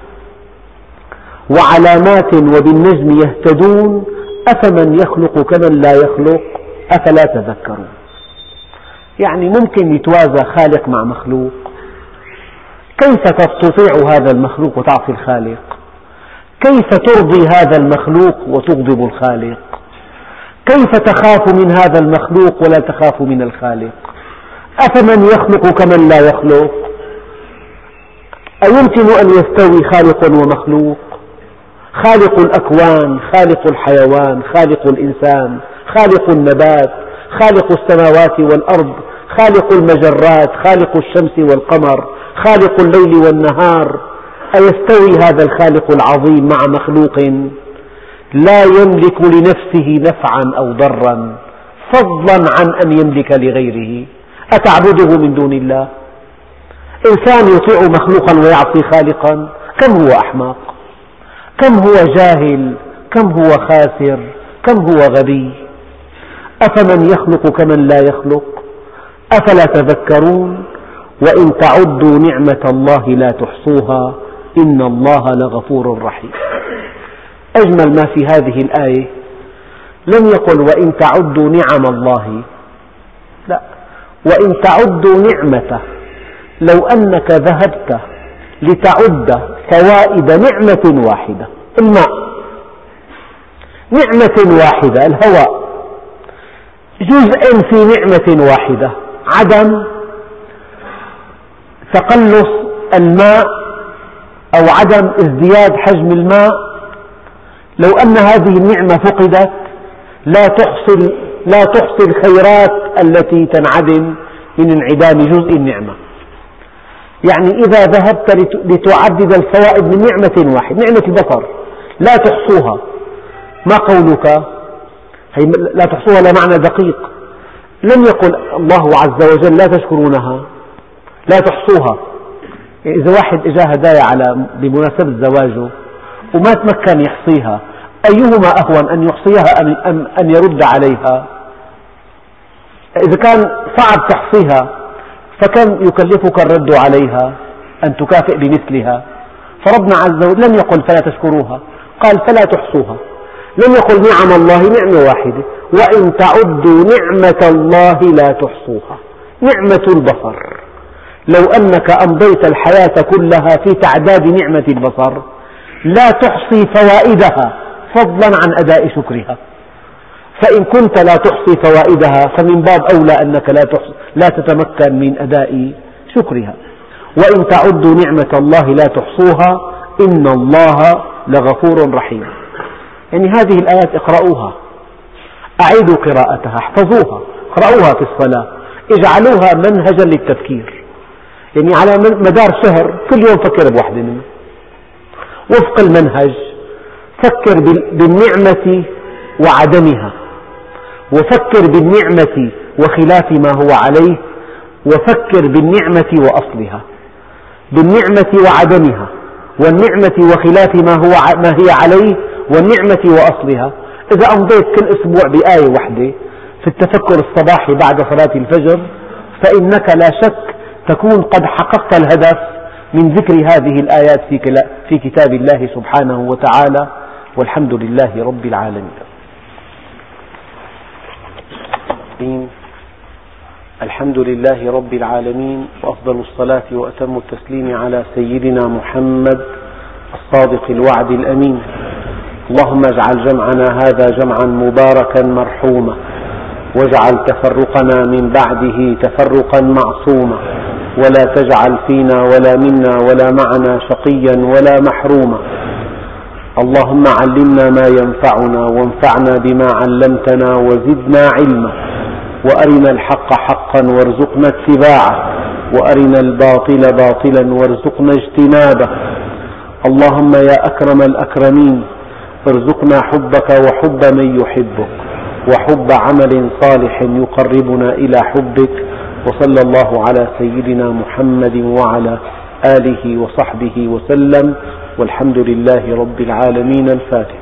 وعلامات وبالنجم يهتدون أفمن يخلق كمن لا يخلق أفلا تذكرون. يعني ممكن يتوازى خالق مع مخلوق؟ كيف تستطيع هذا المخلوق وتعصي الخالق؟ كيف ترضي هذا المخلوق وتغضب الخالق؟ كيف تخاف من هذا المخلوق ولا تخاف من الخالق؟ أفمن يخلق كمن لا يخلق؟ أيمكن أن يستوي خالق ومخلوق؟ خالق الأكوان، خالق الحيوان، خالق الإنسان، خالق النبات، خالق السماوات والأرض، خالق المجرات، خالق الشمس والقمر، خالق الليل والنهار، أيستوي هذا الخالق العظيم مع مخلوق لا يملك لنفسه نفعا أو ضرا فضلا عن أن يملك لغيره؟ أتعبده من دون الله؟ إنسان يطيع مخلوقا ويعصي خالقا، كم هو أحمق، كم هو جاهل، كم هو خاسر، كم هو غبي. أفمن يخلق كمن لا يخلق أفلا تذكرون. وإن تعدوا نعمة الله لا تحصوها إن الله لغفور رحيم. أجمل ما في هذه الآية لم يقل وإن تعدوا نعم الله، لا، وإن تعدوا نعمته. لو أنك ذهبت لتعد فوائد نعمة واحدة، الماء، نعمة واحدة الهواء، جزء في نعمة واحدة، عدم تقلص الماء أو عدم ازدياد حجم الماء، لو أن هذه النعمة فقدت لا تحصي الخيرات التي تنعدم من انعدام جزء النعمة. يعني إذا ذهبت لتعدد الفوائد من نعمة واحدة، نعمة البصر، لا تحصوها، ما قولك؟ هي لا تحصوها لا معنى دقيق، لم يقل الله عز وجل لا تشكرونها، لا تحصوها. يعني إذا واحد أجاه هدايا بمناسبة زواجه وما تمكن يحصيها، أيهما أهون، أن يحصيها أم أن يرد عليها؟ إذا كان صعب تحصيها فكم يكلفك الرد عليها أن تكافئ بمثلها؟ فربنا عز وجل لم يقل فلا تشكروها، قال فلا تحصوها، لم يقل نعم الله نعمة واحدة. وإن تعدوا نعمة الله لا تحصوها، نعمة البصر، لو أنك أمضيت الحياة كلها في تعداد نعمة البصر لا تحصي فوائدها فضلا عن أداء شكرها. فإن كنت لا تحصي فوائدها فمن باب أولى أنك لا تتمكن من أداء شكرها. وإن تعدوا نعمة الله لا تحصوها إن الله لغفور رحيم. يعني هذه الآيات اقرأوها، أعيدوا قراءتها، احفظوها، اقرأوها في الصلاة، اجعلوها منهجا للتفكير. يعني على مدار شهر كل يوم فكر بواحدة منها وفق المنهج. فكر بالنعمة وعدمها، وفكر بالنعمة وخلاف ما هو عليه، وفكر بالنعمة وأصلها، بالنعمة وعدمها، والنعمة وخلاف ما هي عليه، والنعمة وأصلها. إذا أمضيت كل أسبوع بآية واحدة في التفكر الصباحي بعد صلاة الفجر فإنك لا شك تكون قد حققت الهدف من ذكر هذه الآيات في كتاب الله سبحانه وتعالى. والحمد لله رب العالمين. الحمد لله رب العالمين، وأفضل الصلاة وأتم التسليم على سيدنا محمد الصادق الوعد الأمين. اللهم اجعل جمعنا هذا جمعا مباركا مرحوما، واجعل تفرقنا من بعده تفرقا معصوما، ولا تجعل فينا ولا منا ولا معنا شقيا ولا محروما. اللهم علمنا ما ينفعنا وانفعنا بما علمتنا وزدنا علما، وأرنا الحق حقا وارزقنا اتباعه، وأرنا الباطل باطلا وارزقنا اجتنابه. اللهم يا أكرم الأكرمين ارزقنا حبك وحب من يحبك، وحب عمل صالح يقربنا إلى حبك. وصلى الله على سيدنا محمد وعلى آله وصحبه وسلم، والحمد لله رب العالمين. الفاتحة.